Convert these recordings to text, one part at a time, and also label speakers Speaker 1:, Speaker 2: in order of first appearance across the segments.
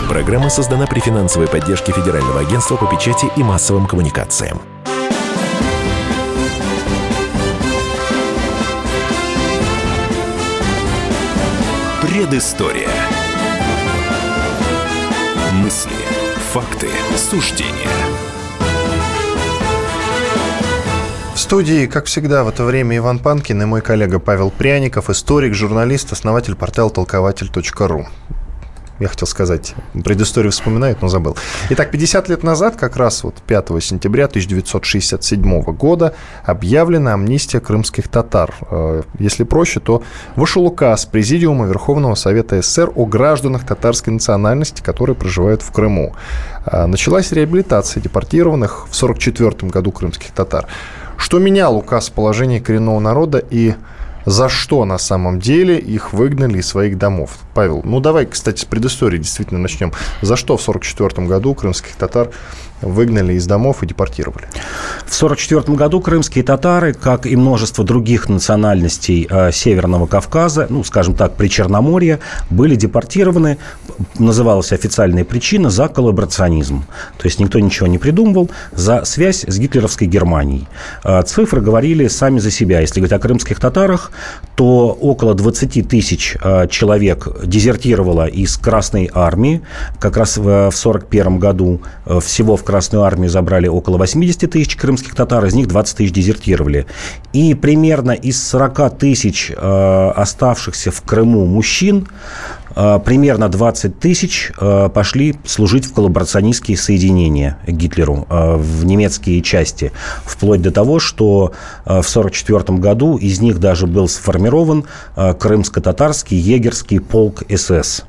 Speaker 1: Программа создана при финансовой поддержке Федерального агентства по печати и массовым коммуникациям. Предыстория. Мысли, факты, суждения.
Speaker 2: В студии, как всегда, в это время Иван Панкин и мой коллега Павел Пряников, историк, журналист, основатель портала толкователь.ру. Я хотел сказать, предысторию вспоминает, но забыл. Итак, 50 лет назад, как раз 5 сентября 1967 года, объявлена амнистия крымских татар. Если проще, то вышел указ Президиума Верховного Совета СССР о гражданах татарской национальности, которые проживают в Крыму. Началась реабилитация депортированных в 1944 году крымских татар. Что менял указ положения коренного народа и за что на самом деле их выгнали из своих домов? Павел, давай, кстати, с предыстории действительно начнем. За что в 1944 году крымских татар выгнали из домов и депортировали?
Speaker 3: В 1944 году крымские татары, как и множество других национальностей Северного Кавказа, скажем так, Причерноморья, были депортированы. Называлась официальная причина за коллаборационизм. То есть никто ничего не придумывал, за связь с гитлеровской Германией. Цифры говорили сами за себя. Если говорить о крымских татарах, то около 20 тысяч человек дезертировало из Красной Армии. Как раз в 1941 году всего в Красную Армию забрали около 80 тысяч крымских татар, из них 20 тысяч дезертировали. И примерно из 40 тысяч оставшихся в Крыму мужчин примерно 20 тысяч пошли служить в коллаборационистские соединения Гитлеру в немецкие части. Вплоть до того, что в 1944 году из них даже был сформирован крымско-татарский егерский полк СС.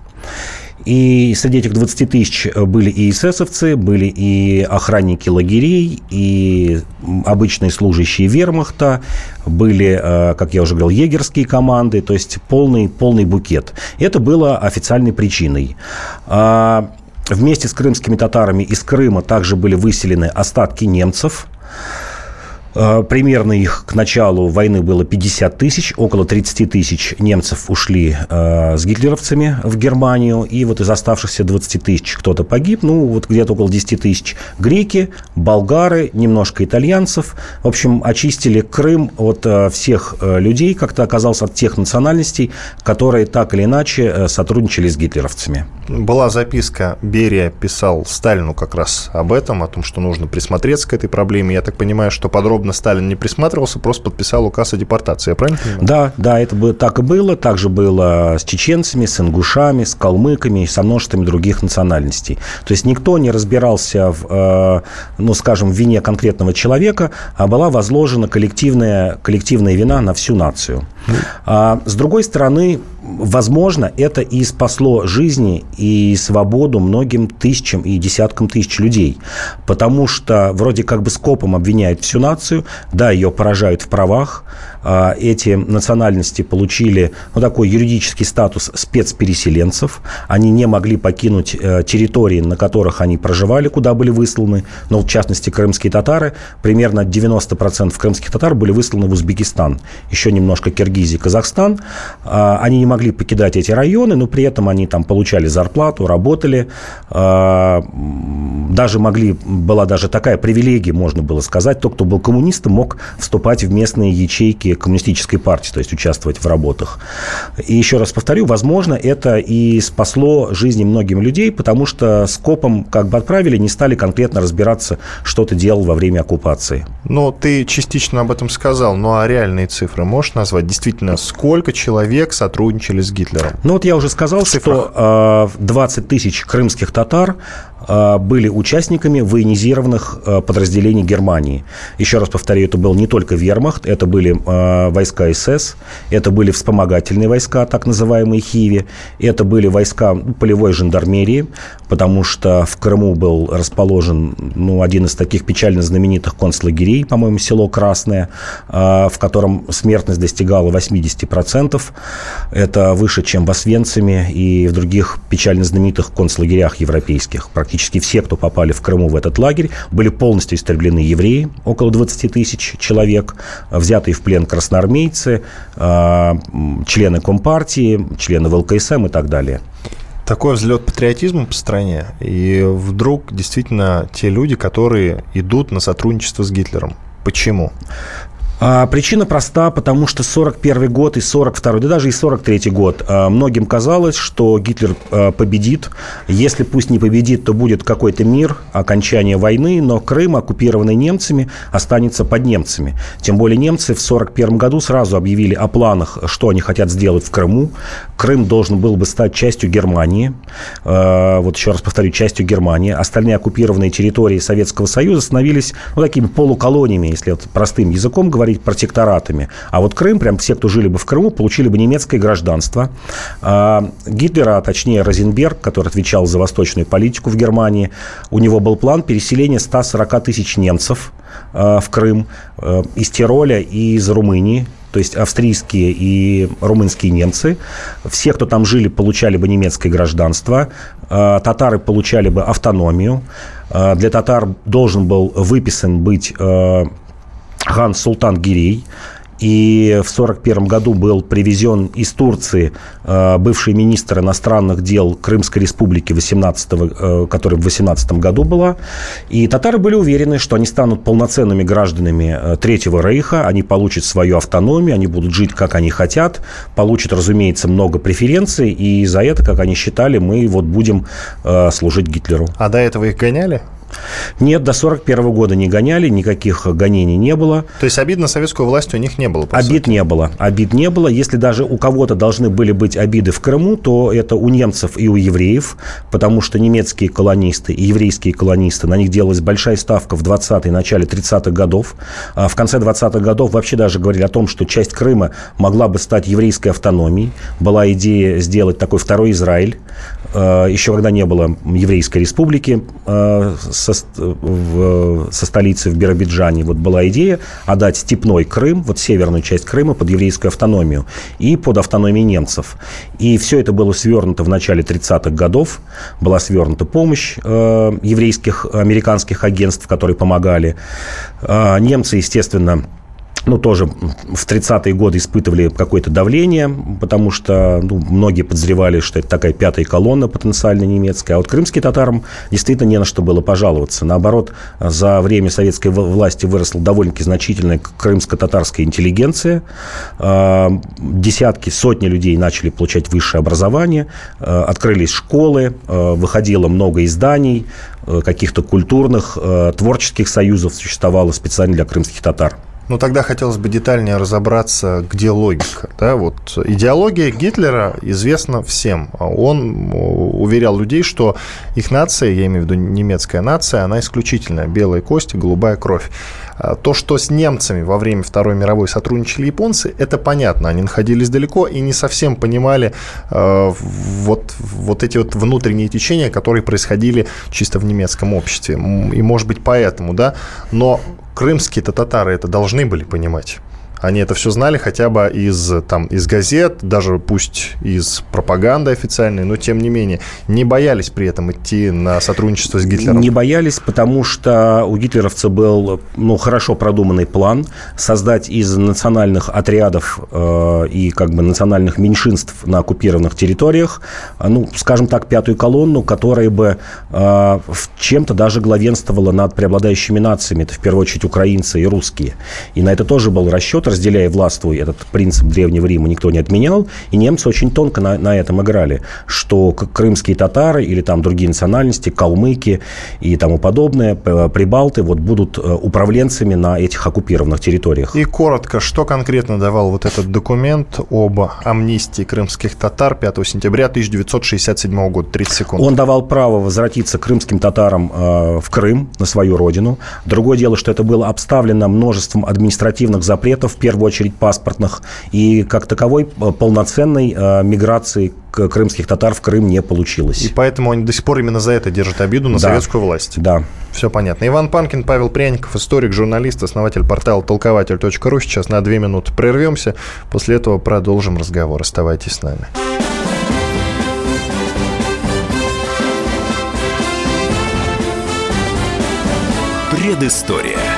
Speaker 3: И среди этих 20 тысяч были и эсэсовцы, были и охранники лагерей, и обычные служащие вермахта, были, как я уже говорил, егерские команды, то есть полный букет. Это было официальной причиной. Вместе с крымскими татарами из Крыма также были выселены остатки немцев. Примерно их к началу войны было 50 тысяч, около 30 тысяч немцев ушли с гитлеровцами в Германию, и из оставшихся 20 тысяч кто-то погиб, где-то около 10 тысяч греки, болгары, немножко итальянцев. В общем, очистили Крым от всех людей, как-то оказалось, от тех национальностей, которые так или иначе сотрудничали с гитлеровцами.
Speaker 2: Была записка, Берия писал Сталину как раз об этом, о том, что нужно присмотреться к этой проблеме. Я так понимаю, что подробно Сталин не присматривался, просто подписал указ о депортации. Я правильно понимаю? Да, это так и было. Также было с чеченцами, с ингушами, с калмыками, со множеством других национальностей. То есть никто не разбирался в, вине конкретного человека, а была возложена коллективная вина на всю нацию. С другой стороны, возможно, это и спасло жизни и свободу многим тысячам и десяткам тысяч людей. Потому что вроде как бы скопом обвиняют всю нацию, да, ее поражают в правах. Эти национальности получили такой юридический статус спецпереселенцев. Они не могли покинуть территории, на которых они проживали, куда были высланы. Но, в частности, крымские татары, примерно 90% крымских татар были высланы в Узбекистан. Еще немножко Киргизия, Казахстан. Они не могли покидать эти районы, но при этом они там получали зарплату, работали. Была даже такая привилегия, можно было сказать. Тот, кто был коммунистом, мог вступать в местные ячейки коммунистической партии, то есть участвовать в работах. И еще раз повторю, возможно, это и спасло жизни многим людей, потому что скопом как бы отправили, не стали конкретно разбираться, что ты делал во время оккупации. Ты частично об этом сказал, а реальные цифры можешь назвать? Действительно, сколько человек сотрудничали с Гитлером?
Speaker 3: Я уже сказал, что 20 тысяч крымских татар были участниками военизированных подразделений Германии. Еще раз повторю, это был не только вермахт, это были войска СС, это были вспомогательные войска, так называемые Хиви, это были войска полевой жандармерии, потому что в Крыму был расположен один из таких печально знаменитых концлагерей, по-моему, село Красное, в котором смертность достигала 80%. Это выше, чем в Освенциме и в других печально знаменитых концлагерях европейских. Практически все, кто попали в Крыму в этот лагерь, были полностью истреблены евреи, около 20 тысяч человек, взятые в плен красноармейцы, члены Компартии, члены ВЛКСМ и так далее.
Speaker 2: Такой взлет патриотизма по стране, и вдруг действительно те люди, которые идут на сотрудничество с Гитлером. Почему?
Speaker 3: Причина проста, потому что 41 год и 42, да даже и 43 год многим казалось, что Гитлер победит. Если пусть не победит, то будет какой-то мир, окончание войны, но Крым, оккупированный немцами, останется под немцами. Тем более немцы в 41 году сразу объявили о планах, что они хотят сделать в Крыму. Крым должен был бы стать частью Германии. Вот еще раз повторю, частью Германии. Остальные оккупированные территории Советского Союза становились такими полуколониями, если вот простым языком говорить, протекторатами. А вот Крым, прям все, кто жили бы в Крыму, получили бы немецкое гражданство. Гитлер, а точнее Розенберг, который отвечал за восточную политику в Германии, у него был план переселения 140 тысяч немцев в Крым из Тироля и из Румынии. То есть австрийские и румынские немцы. Все, кто там жили, получали бы немецкое гражданство. Татары получали бы автономию. Для татар должен был выписан быть хан Султан Гирей. И в 1941 году был привезен из Турции бывший министр иностранных дел Крымской республики, которая в 18 году была. И татары были уверены, что они станут полноценными гражданами Третьего Рейха, они получат свою автономию, они будут жить, как они хотят, получат, разумеется, много преференций, и за это, как они считали, мы вот будем служить Гитлеру.
Speaker 2: А до этого их гоняли?
Speaker 3: Нет, до 1941 года не гоняли, никаких гонений не было.
Speaker 2: То есть обид на советскую власть у них не было?
Speaker 3: Обид не было. Если даже у кого-то должны были быть обиды в Крыму, то это у немцев и у евреев, потому что немецкие колонисты и еврейские колонисты, на них делалась большая ставка в 20-е, начале 30-х годов. В конце 20-х годов вообще даже говорили о том, что часть Крыма могла бы стать еврейской автономией. Была идея сделать такой второй Израиль. Еще когда не было еврейской республики со столицей в Биробиджане, вот была идея отдать степной Крым, вот северную часть Крыма, под еврейскую автономию и под автономию немцев. И все это было свернуто в начале 30-х годов. Была свернута помощь еврейских, американских агентств, которые помогали. Немцы, естественно, тоже в 30-е годы испытывали какое-то давление, потому что многие подозревали, что это такая пятая колонна потенциально немецкая. А вот крымским татарам действительно не на что было пожаловаться. Наоборот, за время советской власти выросла довольно-таки значительная крымско-татарская интеллигенция. Десятки, сотни людей начали получать высшее образование. Открылись школы, выходило много изданий, каких-то культурных, творческих союзов существовало специально для крымских татар.
Speaker 2: Тогда хотелось бы детальнее разобраться, где логика. Да? Вот идеология Гитлера известна всем. Он уверял людей, что их нация, я имею в виду немецкая нация, она исключительная. Белые кости, голубая кровь. То, что с немцами во время Второй мировой сотрудничали японцы, это понятно. Они находились далеко и не совсем понимали вот эти вот внутренние течения, которые происходили чисто в немецком обществе. И, может быть, поэтому, да, но крымские-то татары это должны были понимать. Они это все знали хотя бы из газет, даже пусть из пропаганды официальной, но тем не менее не боялись при этом идти на сотрудничество с Гитлером.
Speaker 3: Не боялись, потому что у гитлеровца был хорошо продуманный план создать из национальных отрядов и национальных меньшинств на оккупированных территориях, скажем так, пятую колонну, которая бы чем-то даже главенствовала над преобладающими нациями. Это в первую очередь украинцы и русские. И на это тоже был расчет. Разделяя властвуй, этот принцип Древнего Рима никто не отменял, и немцы очень тонко на этом играли, что крымские татары или другие национальности, калмыки и тому подобное, прибалты будут управленцами на этих оккупированных территориях.
Speaker 2: И коротко, что конкретно давал вот этот документ об амнистии крымских татар 5 сентября 1967 года? 30 секунд.
Speaker 3: Он давал право возвратиться крымским татарам в Крым, на свою родину. Другое дело, что это было обставлено множеством административных запретов, в первую очередь паспортных, и как таковой полноценной миграции крымских татар в Крым не получилось.
Speaker 2: И поэтому они до сих пор именно за это держат обиду на советскую власть.
Speaker 3: Да.
Speaker 2: Все понятно. Иван Панкин, Павел Пряников, историк, журналист, основатель портала толкователь.ру. Сейчас на 2 минуты прервемся. После этого продолжим разговор. Оставайтесь с нами.
Speaker 1: Предыстория.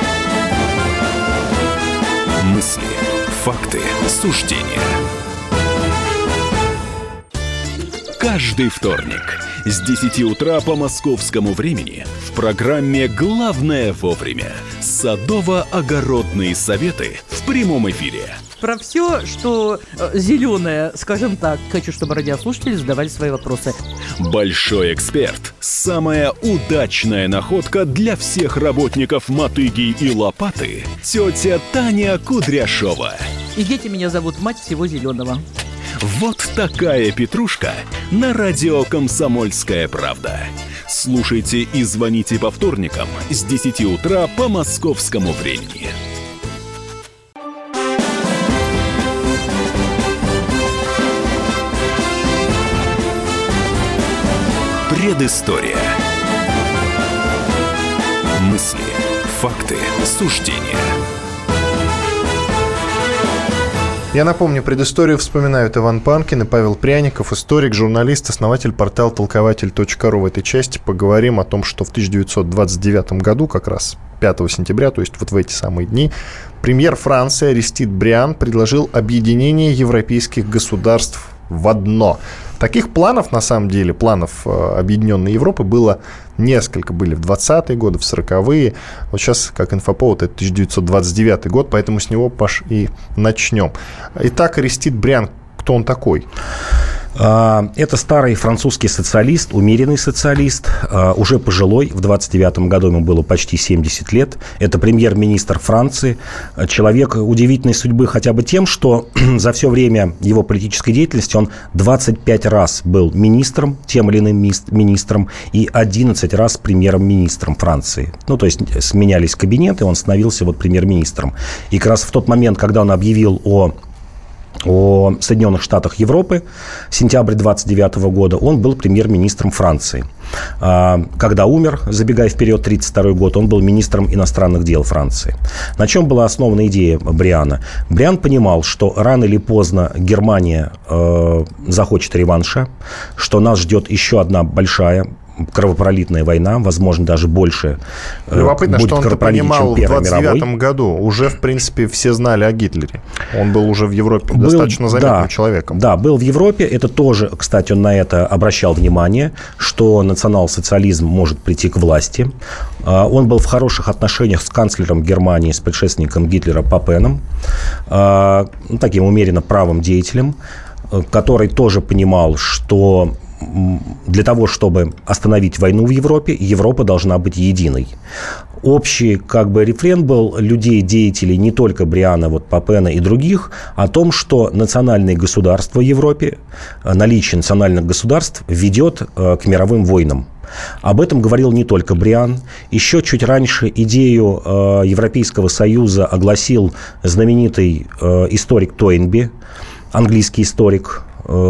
Speaker 1: Мысли, факты, суждения.
Speaker 4: каждый вторник с 10 утра по московскому времени в программе «Главное вовремя» садово-огородные советы в прямом эфире.
Speaker 5: Про все, что зеленое, скажем так. Хочу, чтобы радиослушатели задавали свои вопросы.
Speaker 4: Большой эксперт. Самая удачная находка для всех работников мотыги и лопаты. Тетя Таня Кудряшова.
Speaker 5: И дети меня зовут мать всего зеленого.
Speaker 4: Вот такая петрушка на радио «Комсомольская правда». Слушайте и звоните по вторникам с 10 утра по московскому времени. Предыстория. Мысли, факты, суждения.
Speaker 2: Я напомню, предысторию вспоминают Иван Панкин и Павел Пряников, историк, журналист, основатель портала толкователь.ру. В этой части поговорим о том, что в 1929 году, как раз 5 сентября, то есть вот в эти самые дни, премьер Франции Аристид Бриан предложил объединение европейских государств в одно. Таких планов, на самом деле, планов Объединенной Европы было несколько. Были в 20-е годы, в 40-е. Вот сейчас, как инфоповод, это 1929 год, поэтому с него и начнем. Итак, Аристид Бриан, кто он такой?
Speaker 3: Это старый французский социалист, умеренный социалист, уже пожилой. В 29 году ему было почти 70 лет. Это премьер-министр Франции. Человек удивительной судьбы хотя бы тем, что за все время его политической деятельности он 25 раз был министром, тем или иным министром, и 11 раз премьером-министром Франции. Ну, то есть сменялись кабинеты, он становился вот премьер-министром. И как раз в тот момент, когда он объявил о Соединенных Штатах Европы, сентябрь 29 года, он был премьер-министром Франции. Когда умер, забегая вперед, 1932 год, он был министром иностранных дел Франции. На чем была основана идея Бриана? Бриан понимал, что рано или поздно Германия захочет реванша, что нас ждет еще одна большая кровопролитная война, возможно, даже больше.
Speaker 2: Любопытно,
Speaker 3: будет
Speaker 2: что он понимал в
Speaker 3: 1929
Speaker 2: году. Уже, в принципе, все знали о Гитлере. Он был уже в Европе достаточно заметным человеком.
Speaker 3: Да, был в Европе. Это тоже, кстати, он на это обращал внимание, что национал-социализм может прийти к власти. Он был в хороших отношениях с канцлером Германии, с предшественником Гитлера Папеном, таким умеренно правым деятелем, который тоже понимал, что для того, чтобы остановить войну в Европе, Европа должна быть единой. Общий рефрен был людей, деятелей, не только Бриана, Папена и других, о том, что национальные государства в Европе, наличие национальных государств ведет к мировым войнам. Об этом говорил не только Бриан. Еще чуть раньше идею Европейского Союза огласил знаменитый историк Тойнби, английский историк.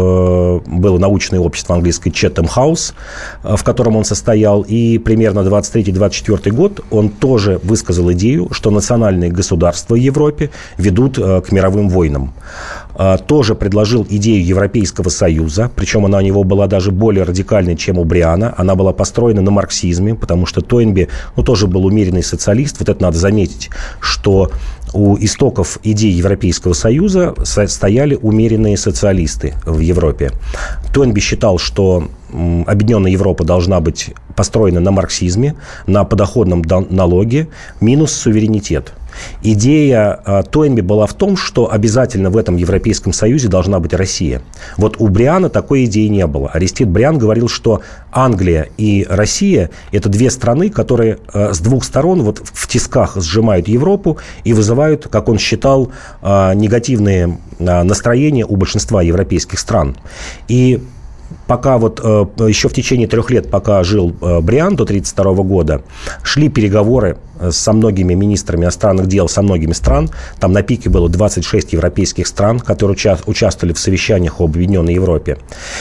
Speaker 3: Было научное общество английское Chatham House, в котором он состоял, и примерно 23-24 год он тоже высказал идею, что национальные государства в Европе ведут к мировым войнам. Тоже предложил идею Европейского Союза, причем она у него была даже более радикальной, чем у Бриана. Она была построена на марксизме, потому что Тойнби тоже был умеренный социалист. Вот это надо заметить, что у истоков идей Европейского Союза стояли умеренные социалисты в Европе. Тойнби считал, что Объединенная Европа должна быть построена на марксизме, на подоходном налоге, минус суверенитет. Идея Тойнби была в том, что обязательно в этом Европейском Союзе должна быть Россия. Вот у Бриана такой идеи не было. Аристид Бриан говорил, что Англия и Россия – это две страны, которые с двух сторон в тисках сжимают Европу и вызывают, как он считал, негативные настроения у большинства европейских стран. И пока еще в течение 3 лет, пока жил Бриан до 1932 года, шли переговоры со многими министрами иностранных дел, со многими стран. Там на пике было 26 европейских стран, которые участвовали в совещаниях об Объединенной Европе.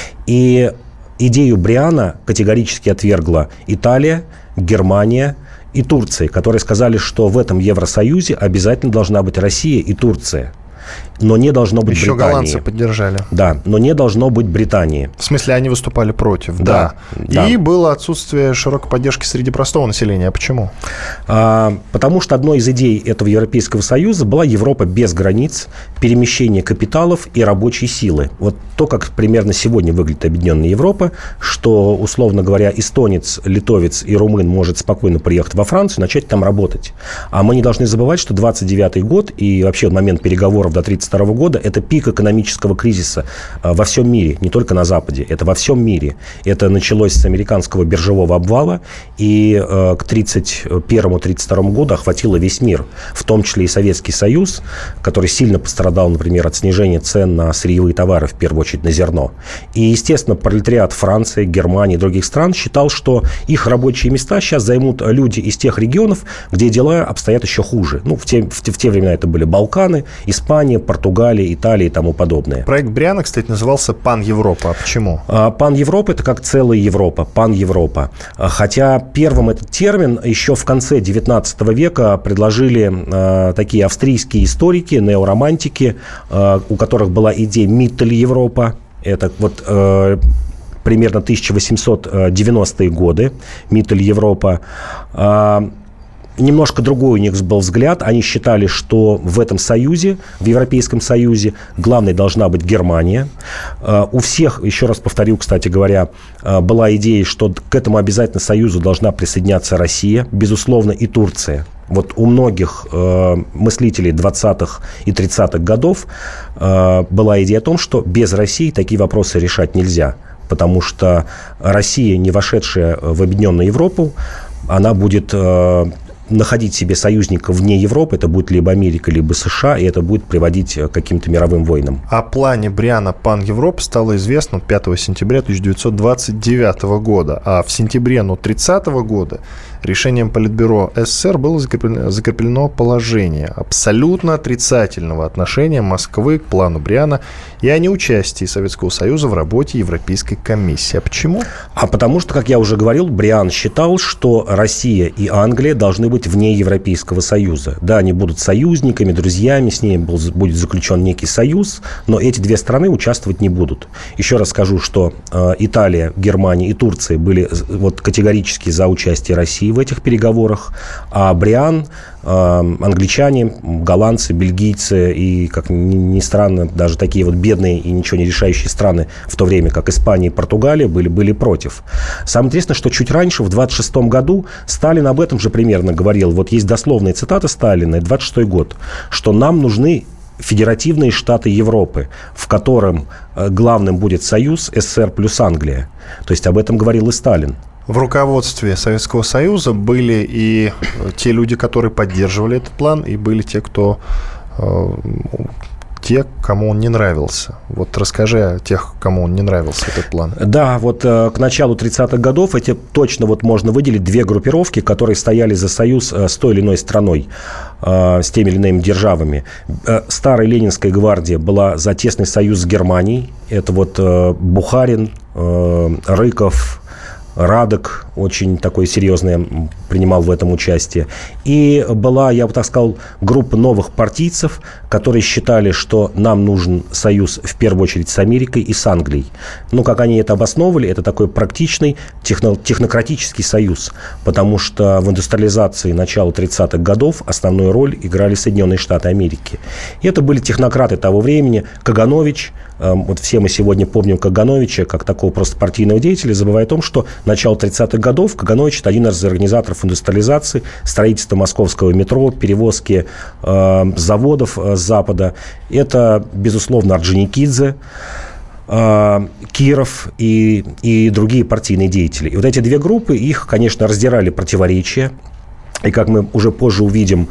Speaker 3: И идею Бриана категорически отвергла Италия, Германия и Турция, которые сказали, что в этом Евросоюзе обязательно должна быть Россия и Турция. но не должно быть
Speaker 2: Еще
Speaker 3: Британии.
Speaker 2: голландцы поддержали.
Speaker 3: Да, но не должно быть Британии.
Speaker 2: В смысле, они выступали против,
Speaker 3: да.
Speaker 2: И было отсутствие широкой поддержки среди простого населения. А почему?
Speaker 3: Потому что одной из идей этого Европейского Союза была Европа без границ, перемещение капиталов и рабочей силы. Вот то, как примерно сегодня выглядит Объединенная Европа, что, условно говоря, эстонец, литовец и румын может спокойно приехать во Францию и начать там работать. А мы не должны забывать, что 29-й год и вообще момент переговоров до 1932 года – это пик экономического кризиса во всем мире, не только на Западе, это во всем мире. Это началось с американского биржевого обвала и к 1931-1932 году охватило весь мир, в том числе и Советский Союз, который сильно пострадал, например, от снижения цен на сырьевые товары, в первую очередь на зерно. И, естественно, пролетариат Франции, Германии и других стран считал, что их рабочие места сейчас займут люди из тех регионов, где дела обстоят еще хуже. В те времена это были Балканы, Испания, Португалия, Италия и тому подобное.
Speaker 2: Проект Бриана, кстати, назывался «Пан-Европа». А почему?
Speaker 3: «Пан-Европа» – это как целая Европа, «Пан-Европа». Хотя первым этот термин еще в конце XIX века предложили такие австрийские историки, неоромантики, у которых была идея «Миттель-Европа». Это вот примерно 1890-е годы, Миттель-Европа. Немножко другой у них был взгляд. Они считали, что в этом союзе, в Европейском Союзе, главной должна быть Германия. У всех, еще раз повторю, кстати говоря, была идея, что к этому обязательно союзу должна присоединяться Россия, безусловно, и Турция. Вот у многих мыслителей 20-х и 30-х годов была идея о том, что без России такие вопросы решать нельзя, потому что Россия, не вошедшая в Объединенную Европу, она будет находить себе союзников вне Европы, это будет либо Америка, либо США, и это будет приводить к каким-то мировым войнам.
Speaker 2: О плане Бриана «Пан-Европа» стало известно 5 сентября 1929 года, а в сентябре 30 года решением Политбюро СССР было закреплено положение абсолютно отрицательного отношения Москвы к плану Бриана и о неучастии Советского Союза в работе Европейской комиссии. А почему?
Speaker 3: А потому что, как я уже говорил, Бриан считал, что Россия и Англия должны быть вне Европейского Союза. Да, они будут союзниками, друзьями, с ними будет заключен некий союз, но эти две страны участвовать не будут. Еще раз скажу, что Италия, Германия и Турция были категорически за участие России в этих переговорах, а Бриан, англичане, голландцы, бельгийцы и, как ни странно, даже такие бедные и ничего не решающие страны в то время, как Испания и Португалия, были против. Самое интересное, что чуть раньше, в 26 году, Сталин об этом же примерно говорил. Вот есть дословная цитата Сталина, 26 год, что нам нужны федеративные штаты Европы, в котором главным будет союз СССР плюс Англия. То есть об этом говорил и Сталин.
Speaker 2: В руководстве Советского Союза были и те люди, которые поддерживали этот план, и были те, кому он не нравился. Вот расскажи о тех, кому он не нравился, этот план.
Speaker 3: Да, к началу 30-х годов эти точно можно выделить две группировки, которые стояли за союз с той или иной страной, с теми или иными державами. Старая Ленинская гвардия была за тесный союз с Германией. Это Бухарин, Рыков, Радек очень такой серьезный принимал в этом участие. И была, я бы так сказал, группа новых партийцев, которые считали, что нам нужен союз в первую очередь с Америкой и с Англией. Как они это обосновывали, это такой практичный технократический союз, потому что в индустриализации начала 30-х годов основную роль играли Соединенные Штаты Америки. И это были технократы того времени, Каганович. Все мы сегодня помним Кагановича как такого просто партийного деятеля, забывая о том, что начало 30-х годов Каганович – это один из организаторов индустриализации, строительства московского метро, перевозки заводов с Запада. Это, безусловно, Орджоникидзе, Киров и другие партийные деятели. И эти две группы, их, конечно, раздирали противоречия. И, как мы уже позже увидим,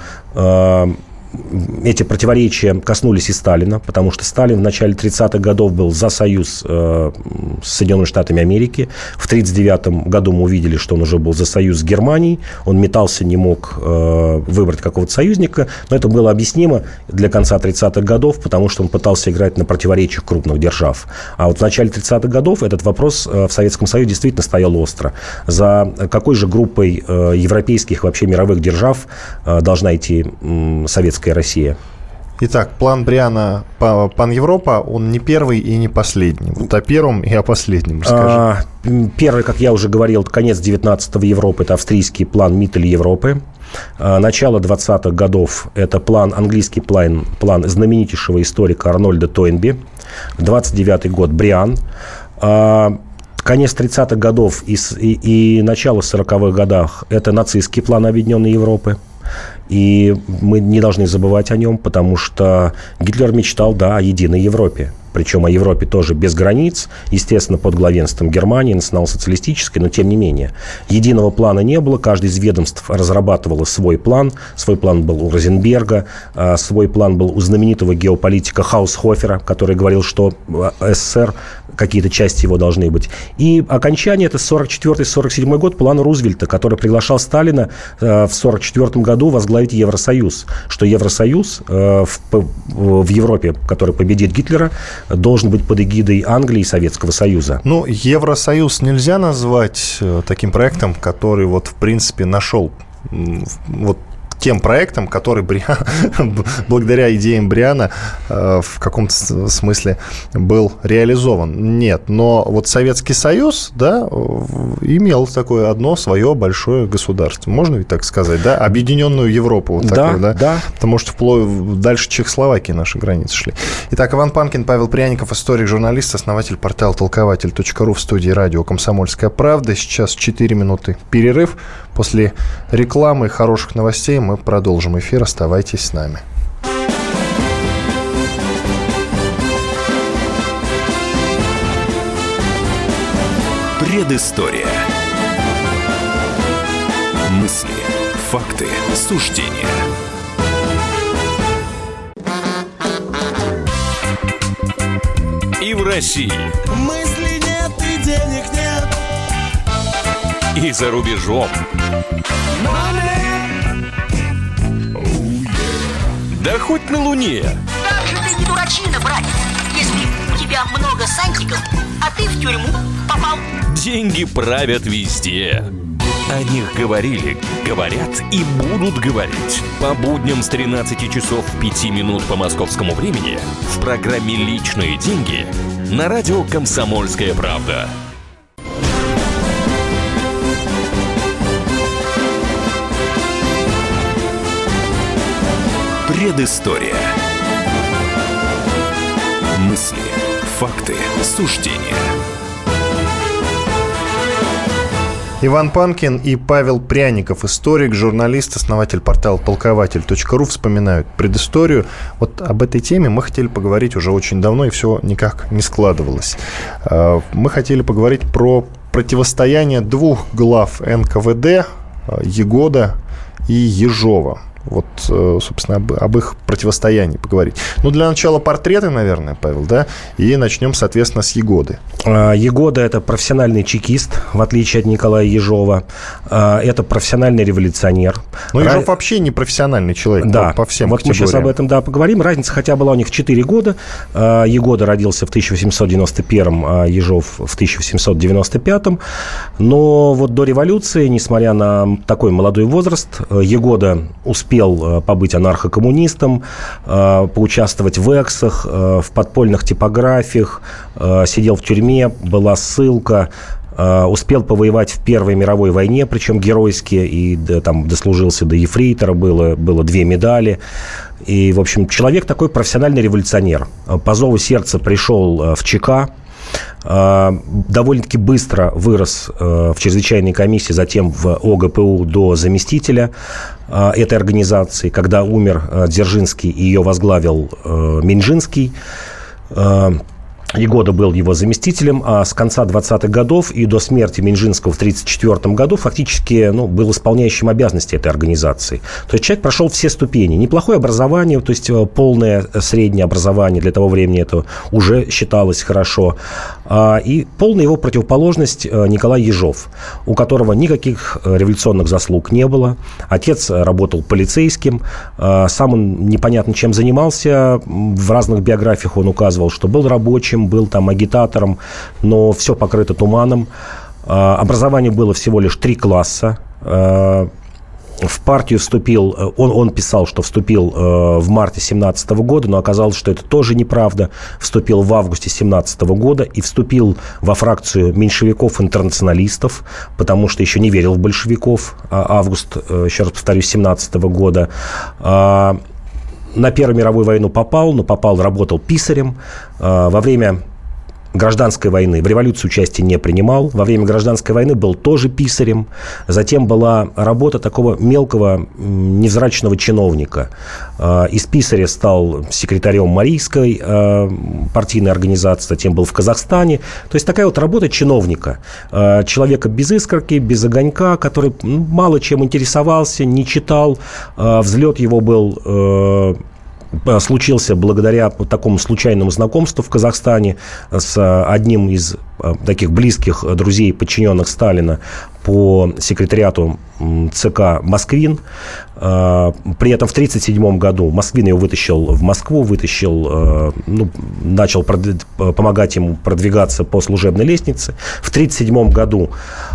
Speaker 3: эти противоречия коснулись и Сталина, потому что Сталин в начале 30-х годов был за союз с Соединенными Штатами Америки. В 1939 году мы увидели, что он уже был за союз с Германией. Он метался, не мог выбрать какого-то союзника, но это было объяснимо для конца 30-х годов, потому что он пытался играть на противоречиях крупных держав. А в начале 30-х годов этот вопрос в Советском Союзе действительно стоял остро. За какой же группой европейских, вообще мировых держав должна идти советская Россия?
Speaker 2: Итак, план Бриана Пан-Европа, он не первый и не последний. Вот о первом и о последнем расскажи.
Speaker 3: Первый, как я уже говорил, конец 19-го Европы, это австрийский план Миттель Европы. Начало 20-х годов – это английский план знаменитейшего историка Арнольда Тойнби. 29-й год – Бриан. Конец 30-х годов и начало 40-х годах – это нацистский план Объединенной Европы. И мы не должны забывать о нем, потому что Гитлер мечтал, о единой Европе. Причем о Европе тоже без границ, естественно, под главенством Германии, национал-социалистической, но тем не менее. Единого плана не было, каждое из ведомств разрабатывало свой план. Свой план был у Розенберга, свой план был у знаменитого геополитика Хаусхофера, который говорил, что СССР, какие-то части его должны быть. И окончание, это 44-47 год, план Рузвельта, который приглашал Сталина в 44 году возглавить Евросоюз. Что Евросоюз в Европе, который победит Гитлера, должен быть под эгидой Англии и Советского Союза.
Speaker 2: Ну, Евросоюз нельзя назвать таким проектом, который в принципе нашел тем проектом, который благодаря идеям Бриана в каком-то смысле был реализован. Нет, но Советский Союз, имел такое одно свое большое государство. Можно ведь так сказать, да? Объединенную Европу. Да. Потому что дальше Чехословакии наши границы шли. Итак, Иван Панкин, Павел Пряников, историк, журналист, основатель портала толкователь.ру, в студии радио «Комсомольская правда». Сейчас 4 минуты перерыв. После рекламы и хороших новостей мы продолжим эфир. Оставайтесь с нами.
Speaker 4: Предыстория. Мысли, факты, суждения. И в России.
Speaker 6: Мысли нет и денег нет.
Speaker 4: И за рубежом. Да хоть на Луне.
Speaker 7: Как же ты не дурачина, братец, если у тебя много сантиков, а ты в тюрьму попал.
Speaker 4: Деньги правят везде. О них говорили, говорят и будут говорить. По будням с 13 часов 5 минут по московскому времени в программе «Личные деньги» на радио «Комсомольская правда». Предыстория. Мысли, факты, суждения.
Speaker 2: Иван Панкин и Павел Пряников, историк, журналист, основатель портала толкователь.ру, вспоминают предысторию. Об этой теме мы хотели поговорить уже очень давно, и все никак не складывалось. Мы хотели поговорить про противостояние двух глав НКВД, Егода и Ежова. Собственно, об их противостоянии поговорить. Для начала портреты, наверное, Павел, да? И начнем, соответственно, с Егоды.
Speaker 3: Егода – это профессиональный чекист, в отличие от Николая Ежова. Это профессиональный революционер.
Speaker 2: Но Ежов вообще не профессиональный человек,
Speaker 3: да,
Speaker 2: по всем
Speaker 3: мы сейчас об этом, поговорим. Разница хотя была у них 4 года. Егода родился в 1891, а Ежов в 1895. Но до революции, несмотря на такой молодой возраст, Егода успел побыть анархокоммунистом, поучаствовать в эксах, в подпольных типографиях, сидел в тюрьме, была ссылка, успел повоевать в Первой мировой войне, причем геройски, и дослужился до ефрейтора, было 2 медали. И, в общем, человек такой профессиональный революционер. По зову сердца пришел в ЧК, довольно-таки быстро вырос в чрезвычайной комиссии, затем в ОГПУ до заместителя этой организации. Когда умер Дзержинский, ее возглавил Минжинский. Егода был его заместителем, а с конца 20-х годов и до смерти Минжинского в 1934 году фактически был исполняющим обязанности этой организации. То есть человек прошел все ступени. Неплохое образование, то есть полное среднее образование, для того времени это уже считалось хорошо. И полная его противоположность Николай Ежов, у которого никаких революционных заслуг не было. Отец работал полицейским, сам он непонятно чем занимался. В разных биографиях он указывал, что был рабочим, был агитатором, но все покрыто туманом. Образование было всего лишь 3 класса. в партию вступил, он писал, что вступил в марте 2017 года, но оказалось, что это тоже неправда. Вступил в августе 2017 года и вступил во фракцию меньшевиков-интернационалистов, потому что еще не верил в большевиков. Август, еще раз повторюсь, 2017 года. На Первую мировую войну попал, работал писарем. Во время гражданской войны в революции участия не принимал. Во время гражданской войны был тоже писарем. Затем была работа такого мелкого невзрачного чиновника. Из писаря стал секретарем Марийской партийной организации, затем был в Казахстане. То есть такая вот работа чиновника. Человека без искорки, без огонька, который мало чем интересовался, не читал. Взлет его был... случился благодаря такому случайному знакомству в Казахстане с одним из таких близких друзей, подчиненных Сталина по секретариату ЦК «Москвин». При этом в 1937 году Москвин его вытащил в Москву, начал помогать ему продвигаться по служебной лестнице. В 1937 году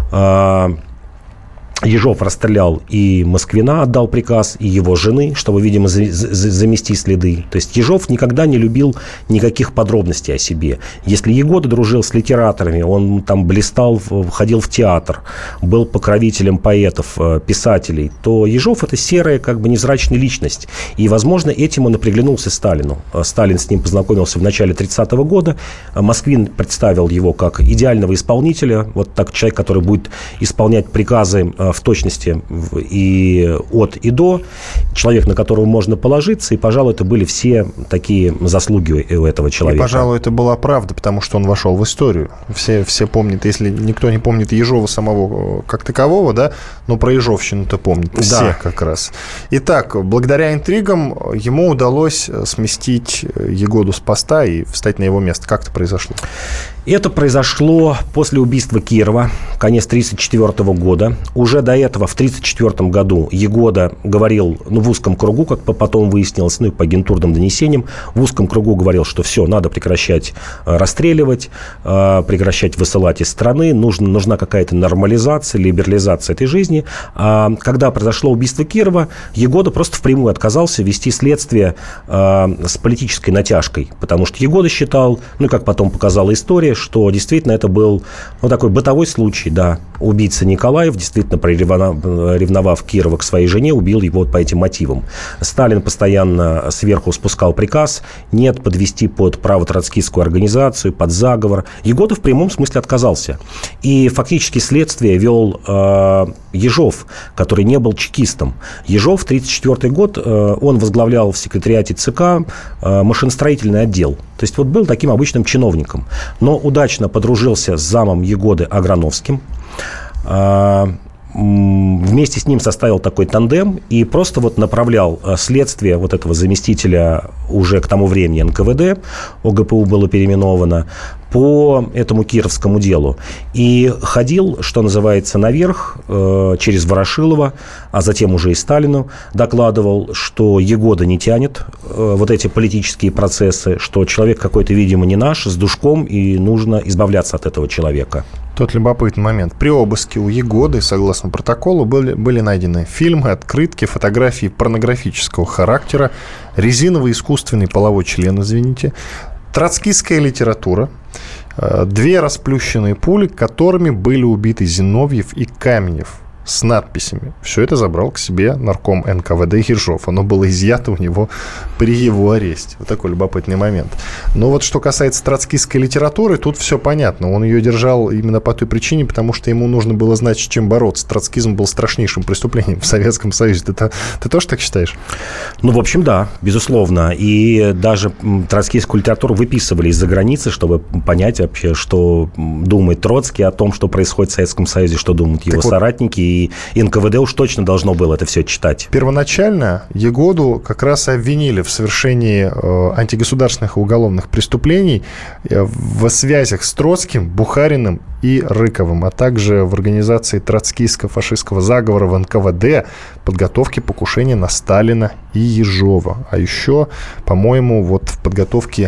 Speaker 3: Ежов расстрелял и Москвина, отдал приказ, и его жены, чтобы, видимо, замести следы. То есть Ежов никогда не любил никаких подробностей о себе. Если Егода дружил с литераторами, он там блистал, ходил в театр, был покровителем поэтов, писателей, то Ежов – это серая, невзрачная личность. И, возможно, этим он и приглянулся Сталину. Сталин с ним познакомился в начале 30-го года. Москвин представил его как идеального исполнителя, вот так человек, который будет исполнять приказы в точности и от и до, человек, на которого можно положиться, и, пожалуй, это были все такие заслуги у этого человека.
Speaker 2: И, пожалуй, это была правда, потому что он вошел в историю. Все помнят, если никто не помнит Ежова самого как такового, да, но про Ежовщину-то помнят все как раз. Итак, благодаря интригам ему удалось сместить Егоду с поста и встать на его место. Как это произошло?
Speaker 3: Это произошло после убийства Кирова, конец 1934 года. Уже до этого, в 1934 году, Егода говорил, в узком кругу, как потом выяснилось, и по агентурным донесениям, в узком кругу говорил, что все, надо прекращать расстреливать, прекращать высылать из страны, нужна какая-то нормализация, либерализация этой жизни. Когда произошло убийство Кирова, Егода просто впрямую отказался вести следствие с политической натяжкой, потому что Егода считал, как потом показала история, что действительно это был такой бытовой случай, да. Убийца Николаев, действительно приревновав Кирова к своей жене, убил его по этим мотивам. Сталин постоянно сверху спускал приказ нет подвести под право-троцкистскую организацию, под заговор. Егода в прямом смысле отказался. И фактически следствие вел Ежов, который не был чекистом. Ежов, 1934 год, он возглавлял в секретариате ЦК машиностроительный отдел. То есть был таким обычным чиновником. Но удачно подружился с замом Егоды Аграновским. Вместе с ним составил такой тандем и просто направлял следствие этого заместителя уже к тому времени НКВД, ОГПУ было переименовано, по этому кировскому делу. И ходил, что называется, наверх через Ворошилова, а затем уже и Сталину докладывал, что Егода не тянет эти политические процессы, что человек какой-то, видимо, не наш, с душком, и нужно избавляться от этого человека.
Speaker 2: Тот любопытный момент. При обыске у Егоды, согласно протоколу, были найдены фильмы, открытки, фотографии порнографического характера, резиновый искусственный половой член, троцкистская литература, 2 расплющенные пули, которыми были убиты Зиновьев и Каменев, с надписями. Все это забрал к себе нарком НКВД Ежов. Оно было изъято у него при его аресте. Вот такой любопытный момент. Но что касается троцкистской литературы, тут все понятно. Он ее держал именно по той причине, потому что ему нужно было знать, с чем бороться. Троцкизм был страшнейшим преступлением в Советском Союзе. Ты тоже так считаешь?
Speaker 3: В общем, да, безусловно. И даже троцкистскую литературу выписывали из-за границы, чтобы понять вообще, что думает Троцкий о том, что происходит в Советском Союзе, что думают его соратники. И НКВД уж точно должно было это все читать.
Speaker 2: Первоначально Егоду как раз обвинили в совершении антигосударственных и уголовных преступлений в связях с Троцким, Бухариным и Рыковым, а также в организации троцкистско-фашистского заговора в НКВД, подготовке покушения на Сталина и Ежова. А еще, по-моему, в подготовке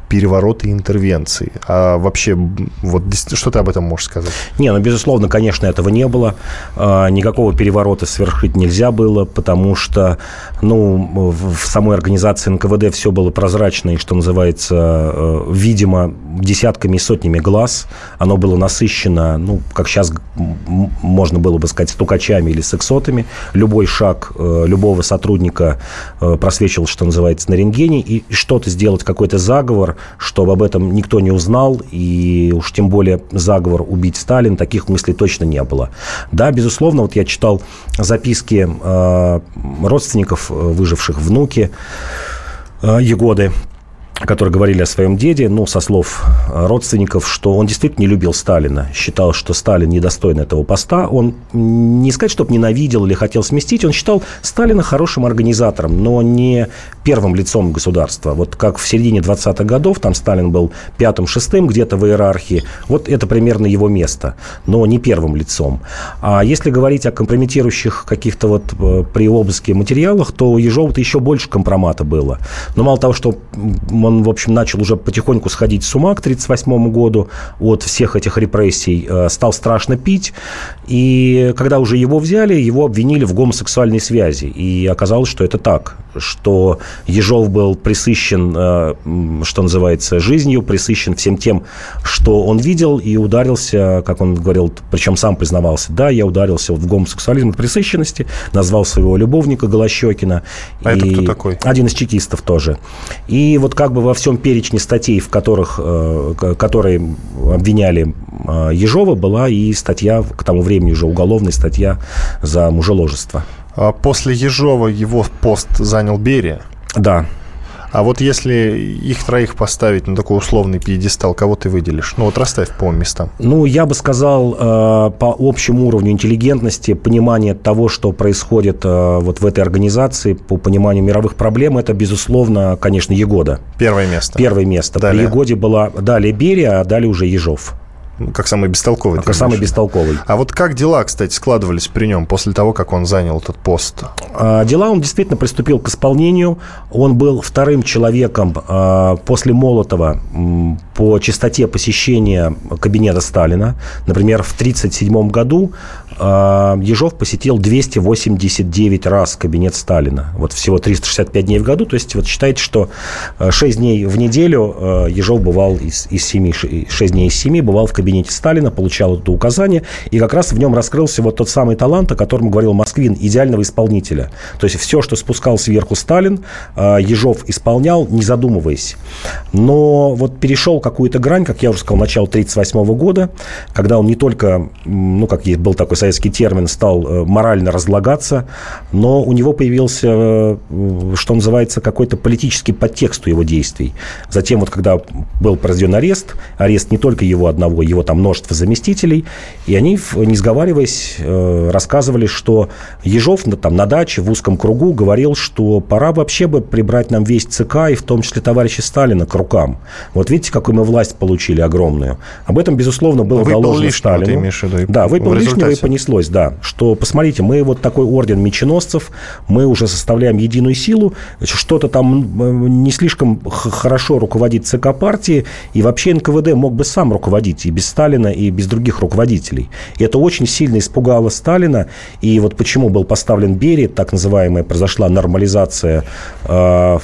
Speaker 2: перевороты и интервенции. А вообще, вот что ты об этом можешь сказать?
Speaker 3: Не, ну, безусловно, конечно, этого не было. Никакого переворота совершить нельзя было, потому что, ну, в самой организации НКВД все было прозрачно и, что называется, видимо, десятками и сотнями глаз. Оно было насыщено, ну, как сейчас можно было бы сказать, стукачами или сексотами. Любой шаг любого сотрудника просвечивал, что называется, на рентгене. И что-то сделать, какой-то заговор, чтобы об этом никто не узнал, и уж тем более заговор убить Сталина, таких мыслей точно не было. Да, безусловно, вот я читал записки родственников выживших, внуки Егоды, которые говорили о своем деде, ну, со слов родственников, что он действительно не любил Сталина, считал, что Сталин недостоин этого поста. Он, не сказать, чтобы ненавидел или хотел сместить, он считал Сталина хорошим организатором, но не первым лицом государства. Вот как в середине 20-х годов, там Сталин был 5-6 где-то в иерархии, вот это примерно его место, но не первым лицом. А если говорить о компрометирующих каких-то вот при обыске материалах, то у Ежова-то еще больше компромата было. Но мало того, что он, в общем, начал уже потихоньку сходить с ума к 1938 году от всех этих репрессий, стал страшно пить, и когда уже его взяли, его обвинили в гомосексуальной связи, и оказалось, что это так, что Ежов был пресыщен, что называется, жизнью, пресыщен всем тем, что он видел, и ударился, как он говорил, причем сам признавался, да, я ударился в гомосексуализм от пресыщенности, назвал своего любовника Голощекина.
Speaker 2: А это кто такой?
Speaker 3: Один из чекистов тоже. И вот как бы во всем перечне статей, которые обвиняли Ежова, была и статья, к тому времени уже уголовная статья за мужеложество.
Speaker 2: А после Ежова его пост занял Берия?
Speaker 3: Да.
Speaker 2: А вот если их троих поставить на такой условный пьедестал, кого ты выделишь? Ну, вот расставь по местам.
Speaker 3: Ну, я бы сказал, по общему уровню интеллигентности, понимания того, что происходит вот в этой организации, по пониманию мировых проблем, это, безусловно, конечно, Егода.
Speaker 2: Первое место.
Speaker 3: Первое место.
Speaker 2: Далее.
Speaker 3: При Егоде была далее Берия, а далее уже Ежов.
Speaker 2: Как самый бестолковый.
Speaker 3: Как самый бестолковый.
Speaker 2: А вот как дела, кстати, складывались при нем после того, как он занял этот пост?
Speaker 3: Дела он действительно приступил к исполнению. Он был вторым человеком после Молотова по частоте посещения кабинета Сталина. Например, в 1937 году Ежов посетил 289 раз кабинет Сталина. Вот всего 365 дней в году. То есть вот считайте, что 6 дней в неделю Ежов бывал из 7, 6 дней из 7 бывал в кабинете Сталина, получал это указание. И как раз в нем раскрылся вот тот самый талант, о котором говорил Москвин, идеального исполнителя. То есть все, что спускал сверху Сталин, Ежов исполнял, не задумываясь. Но вот перешел какую-то грань, как я уже сказал, начало 1938 года, когда он не только, ну, как был такой советский термин, стал морально разлагаться, но у него появился, что называется, какой-то политический подтекст у его действий. Затем, вот когда был произведен арест не только его одного, его там множество заместителей, и они, не сговариваясь, рассказывали, что Ежов там на даче в узком кругу говорил, что пора вообще бы прибрать нам весь ЦК, и в том числе товарища Сталина, к рукам. Вот видите, какую мы власть получили огромную. Об этом, безусловно, было доложено Сталину.
Speaker 2: Ты имеешь в виду,
Speaker 3: да, выпал лишнего и понеслось, да. Что, посмотрите, мы вот такой орден меченосцев, мы уже составляем единую силу, что-то там не слишком хорошо руководит ЦК партии, и вообще НКВД мог бы сам руководить и без Сталина, и без других руководителей. И это очень сильно испугало Сталина, и вот почему был поставлен Берия, так называемая, произошла нормализация в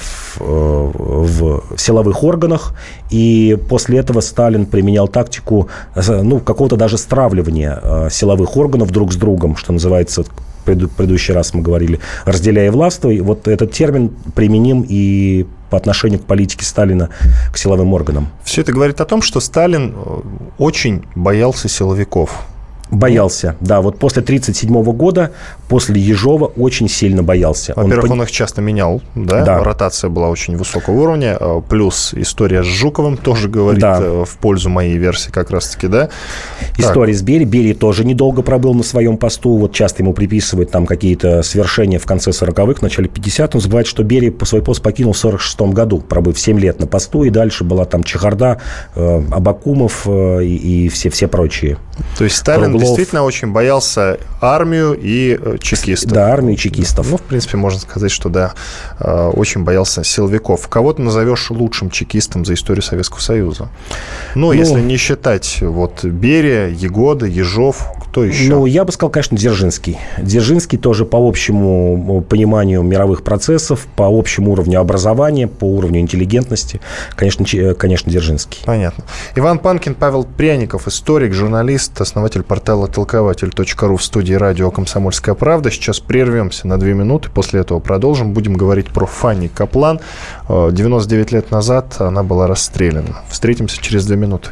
Speaker 3: силовых органах, и после этого Сталин применял тактику, ну, какого-то даже стравливания силовых органов друг с другом, что называется, в предыдущий раз мы говорили, разделяя властвуй. Вот этот термин применим и по отношению к политике Сталина к силовым органам.
Speaker 2: Все это говорит о том, что Сталин очень боялся силовиков.
Speaker 3: Боялся, да. Вот после 1937 года, после Ежова очень сильно боялся.
Speaker 2: Во-первых, он их часто менял, да?
Speaker 3: Да.
Speaker 2: Ротация была очень высокого уровня. Плюс история с Жуковым тоже говорит в пользу моей версии как раз-таки, да?
Speaker 3: История с Берией. Берия тоже недолго пробыл на своем посту. Вот часто ему приписывают там какие-то свершения в конце 40-х, в начале 50-х. Он забывает, что Берия свой пост покинул в 1946 году, пробыв 7 лет на посту, и дальше была там чехарда, Абакумов и все прочие.
Speaker 2: То есть Сталин действительно очень боялся армию и чекистов.
Speaker 3: Да, армию и чекистов.
Speaker 2: Ну, в принципе, можно сказать, что да, очень боялся силовиков. Кого ты назовешь лучшим чекистом за историю Советского Союза? Ну, если не считать вот Берия, Ягода, Ежов, кто еще?
Speaker 3: Ну, я бы сказал, конечно, Дзержинский. Дзержинский тоже по общему пониманию мировых процессов, по общему уровню образования, по уровню интеллигентности, конечно, Дзержинский.
Speaker 2: Понятно. Иван Панкин, Павел Пряников, историк, журналист, основатель портала толкователь.ру в студии радио «Комсомольская правда». Сейчас прервемся на 2 минуты, после этого продолжим. Будем говорить про Фанни Каплан. 99 лет назад она была расстреляна. Встретимся через 2 минуты.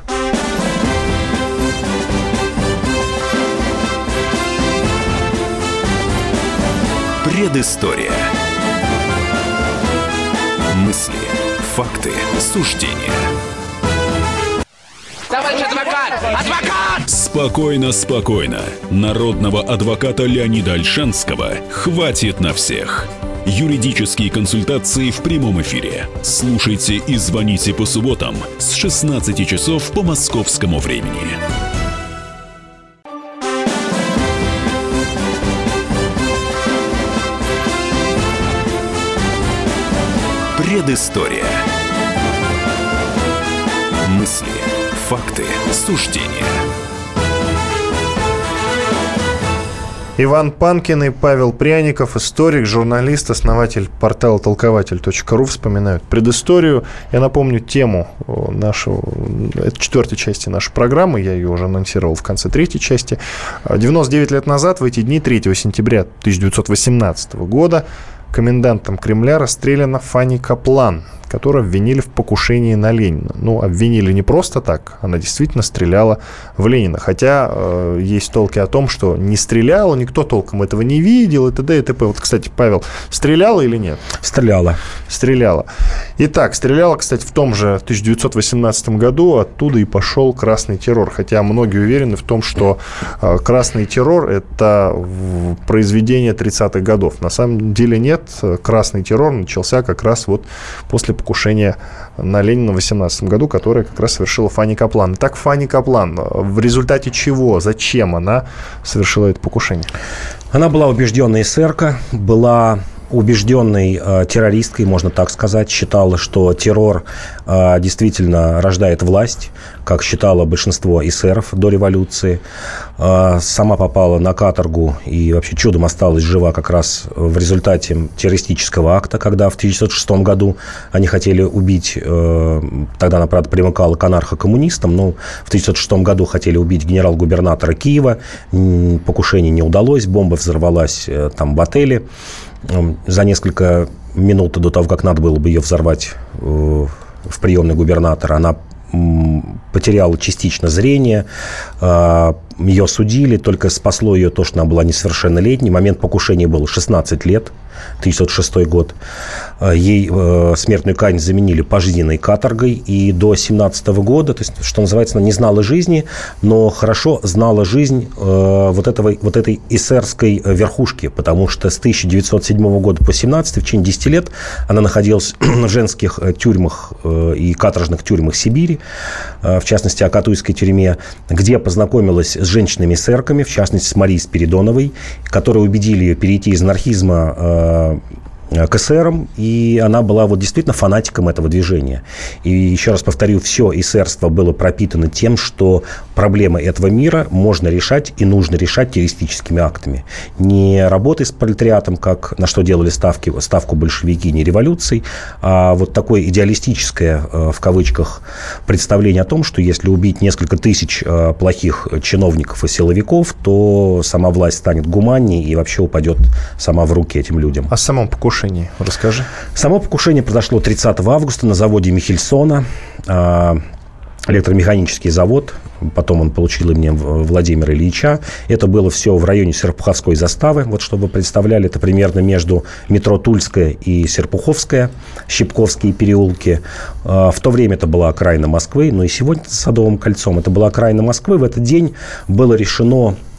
Speaker 4: Предыстория. Мысли, факты, суждения.
Speaker 8: Товарищ адвокат! Адвокат!
Speaker 9: Спокойно, спокойно. Народного адвоката Леонида Ольшанского хватит на всех. Юридические консультации в прямом эфире. Слушайте и звоните по субботам с 16 часов по московскому времени.
Speaker 4: Предыстория. Мысли, факты, суждения.
Speaker 2: Иван Панкин и Павел Пряников, историк, журналист, основатель портала толкователь.ру, вспоминают предысторию. Я напомню тему нашего, это 4-й части нашей программы, я ее уже анонсировал в конце 3-й части. 99 лет назад, в эти дни, 3 сентября 1918 года, комендантом Кремля расстреляна Фанни Каплан, которую обвинили в покушении на Ленина. Ну, обвинили не просто так, она действительно стреляла в Ленина. Хотя есть толки о том, что не стреляла, никто толком этого не видел, и т.д. и т.п. Вот, кстати, Павел, стреляла или нет?
Speaker 3: Стреляла.
Speaker 2: Стреляла. Итак, стреляла, кстати, в том же 1918 году, оттуда и пошел красный террор. Хотя многие уверены в том, что красный террор – это произведение 30-х годов. На самом деле нет. Красный террор начался как раз вот после покушения на Ленина в 18 году, которое как раз совершила Фанни Каплан. Итак, Фанни Каплан, в результате чего, зачем она совершила это покушение?
Speaker 3: Она была убежденной эсерка, была убежденной террористкой, можно так сказать, считала, что террор действительно рождает власть, как считало большинство эсеров до революции. Сама попала на каторгу и вообще чудом осталась жива как раз в результате террористического акта, когда в 1906 году они хотели убить, тогда она, правда, примыкала к анархо-коммунистам, но в 1906 году хотели убить генерал-губернатора Киева, покушение не удалось, бомба взорвалась там в отеле. За несколько минут до того, как надо было бы ее взорвать в приемной губернатора, она потеряла частично зрение, ее судили, только спасло ее то, что она была несовершеннолетней. Момент покушения был 16 лет, 1906 год. Ей смертную казнь заменили пожизненной каторгой, и до 1917 года, то есть, что называется, она не знала жизни, но хорошо знала жизнь вот этой эсерской верхушки, потому что с 1907 года по 1917, в течение 10 лет, она находилась в женских тюрьмах и каторжных тюрьмах Сибири, в частности, Акатуйской тюрьме, где познакомилась с женщинами-эсерками, в частности, с Марией Спиридоновой, которые убедили ее перейти из анархизма к эсерам, и она была вот действительно фанатиком этого движения. И еще раз повторю, все эсерство было пропитано тем, что проблемы этого мира можно решать и нужно решать террористическими актами. Не работой с пролетариатом, как на что делали ставку большевики, не революцией, а вот такое идеалистическое, в кавычках, представление о том, что если убить несколько тысяч плохих чиновников и силовиков, то сама власть станет гуманней и вообще упадет сама в руки этим людям.
Speaker 2: О самом покушении расскажи.
Speaker 3: Само покушение произошло 30 августа на заводе Михельсона, электромеханический завод. Потом он получил имя Владимира Ильича. Это было все в районе Серпуховской заставы. Вот чтобы вы представляли, это примерно между метро Тульская и Серпуховская, Щипковские переулки. В то время это была окраина Москвы, но и сегодня с Садовым кольцом это была окраина Москвы. В этот день было решено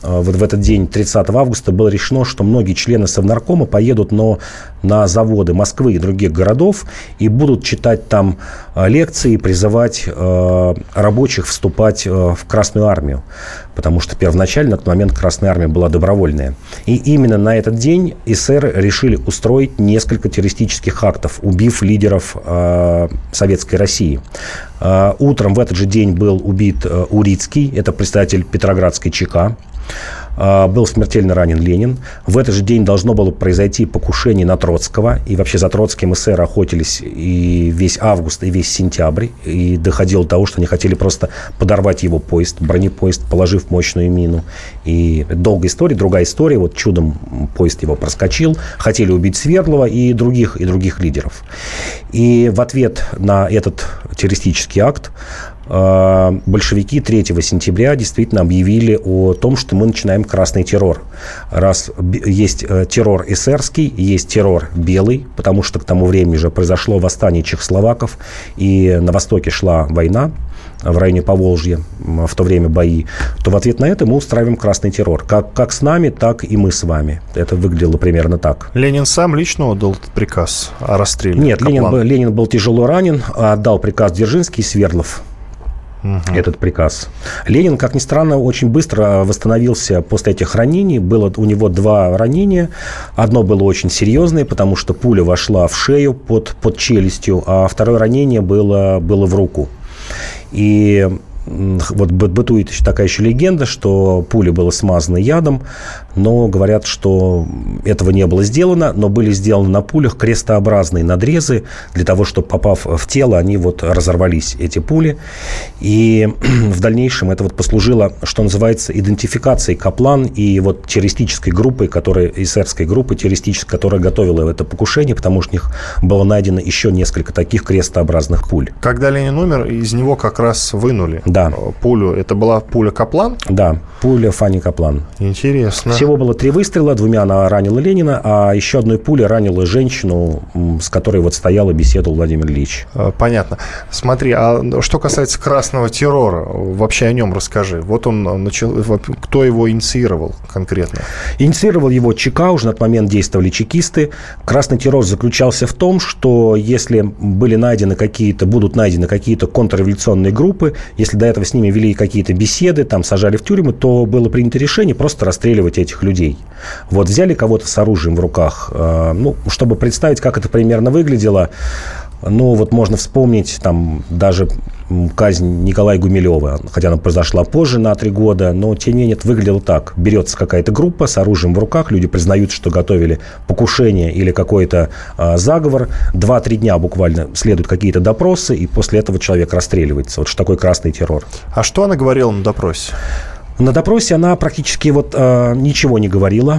Speaker 3: вот в этот день, 30 августа, было решено, что многие члены Совнаркома поедут на заводы Москвы и других городов и будут читать там лекции, призывать рабочих вступать в Красную армию. Потому что первоначально на тот момент Красная армия была добровольная. И именно на этот день эсеры решили устроить несколько террористических актов, убив лидеров Советской России. Утром в этот же день был убит Урицкий, это председатель Петроградской ЧК. Был смертельно ранен Ленин. В этот же день должно было произойти покушение на Троцкого. И вообще за Троцким эсеры охотились и весь август, и весь сентябрь. И доходило до того, что они хотели просто подорвать его поезд, бронепоезд, положив мощную мину. И долгая история, другая история. Вот чудом поезд его проскочил. Хотели убить Свердлова и других лидеров. И в ответ на этот террористический акт большевики 3 сентября действительно объявили о том, что мы начинаем красный террор. Раз есть террор эсерский, есть террор белый, потому что к тому времени уже произошло восстание чехословаков, и на востоке шла война в районе Поволжья, в то время бои, то в ответ на это мы устраиваем красный террор. Как с нами, так и мы с вами. Это выглядело примерно так.
Speaker 2: Ленин сам лично отдал этот приказ о расстреле?
Speaker 3: Нет, Ленин был тяжело ранен, отдал приказ Дзержинский и Свердлов. Этот приказ. Ленин, как ни странно, очень быстро восстановился после этих ранений. Было у него 2 ранения. Одно было очень серьезное, потому что пуля вошла в шею под челюстью, а второе ранение было в руку. И вот бытует такая еще легенда, что пуля была смазана ядом, но говорят, что этого не было сделано, но были сделаны на пулях крестообразные надрезы для того, чтобы, попав в тело, они вот разорвались, эти пули. И в дальнейшем это вот послужило, что называется, идентификацией Каплан и вот террористической группы, эсерской группы террористической, которая готовила это покушение, потому что у них было найдено еще несколько таких крестообразных пуль.
Speaker 2: Когда Ленин умер, из него как раз вынули пулю. Это была пуля Каплан?
Speaker 3: Да, пуля Фани Каплан.
Speaker 2: Интересно.
Speaker 3: Всего было 3 выстрела, 2 она ранила Ленина, а еще одной пулей ранила женщину, с которой вот стоял и беседовал Владимир Ильич.
Speaker 2: Понятно. Смотри, а что касается красного террора, вообще о нем расскажи. Вот он начал, кто его инициировал конкретно?
Speaker 3: Инициировал его ЧК, уже на тот момент действовали чекисты. Красный террор заключался в том, что если будут найдены какие-то контрреволюционные группы, если до этого с ними вели какие-то беседы, там сажали в тюрьмы, то было принято решение просто расстреливать этих людей. Вот взяли кого-то с оружием в руках, чтобы представить, как это примерно выглядело, вот можно вспомнить там даже казнь Николая Гумилева, хотя она произошла позже на 3 года, но тем не менее это выглядело так. Берется какая-то группа с оружием в руках, люди признают, что готовили покушение или какой-то заговор, 2-3 дня буквально следуют какие-то допросы, и после этого человек расстреливается. Вот что такое красный террор.
Speaker 2: А что она говорила на допросе?
Speaker 3: На допросе она практически ничего не говорила.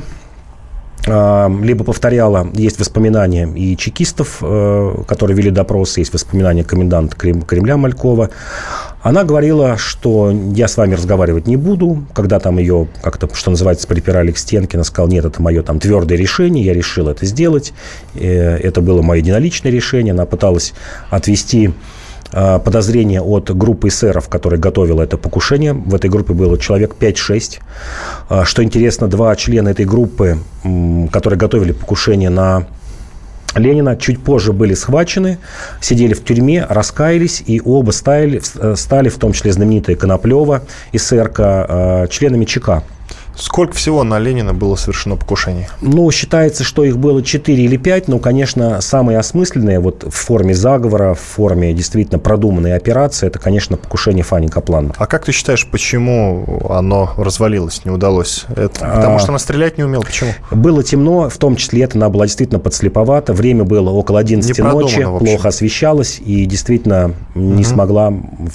Speaker 3: Либо повторяла, есть воспоминания и чекистов, которые вели допросы, есть воспоминания коменданта Кремля Малькова. Она говорила, что я с вами разговаривать не буду. Когда там ее как-то, что называется, припирали к стенке, она сказала, нет, это мое там твердое решение, я решил это сделать. Это было мое единоличное решение. Она пыталась отвести подозрения от группы эсеров, которая готовила это покушение. В этой группе было человек 5-6. Что интересно, 2 члена этой группы, которые готовили покушение на Ленина, чуть позже были схвачены, сидели в тюрьме, раскаялись, и оба стали, в том числе знаменитая Коноплева, эсерка, членами ЧК.
Speaker 2: Сколько всего на Ленина было совершено покушений?
Speaker 3: Считается, что их было 4 или 5, но, конечно, самые осмысленные в форме заговора, в форме действительно продуманной операции, это, конечно, покушение Фани Каплан.
Speaker 2: А как ты считаешь, почему оно развалилось, не удалось? Потому что она стрелять не умела? Почему?
Speaker 3: Было темно, в том числе она была действительно подслеповата, время было около 11 ночи, плохо освещалось, и действительно не смогла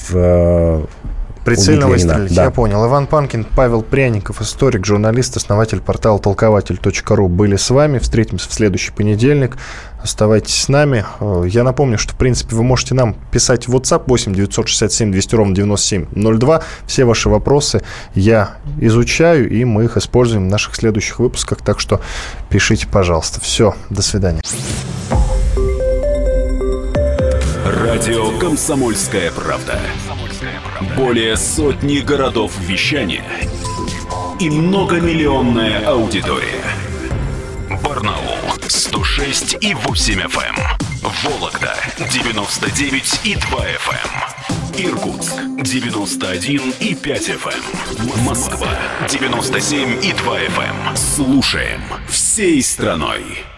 Speaker 2: прицельно выстрелить, да. Я понял. Иван Панкин, Павел Пряников, историк, журналист, основатель портала толкователь.ру были с вами. Встретимся в следующий понедельник. Оставайтесь с нами. Я напомню, что, в принципе, вы можете нам писать в WhatsApp 8 967 200 ровно 9702. Все ваши вопросы я изучаю, и мы их используем в наших следующих выпусках. Так что пишите, пожалуйста. Все, до свидания.
Speaker 9: Радио «Комсомольская правда». Более сотни городов вещания и многомиллионная аудитория. Барнаул 106,8 FM. Вологда 99,2 FM. Иркутск 91,5 FM. Москва 97,2 FM. Слушаем всей страной.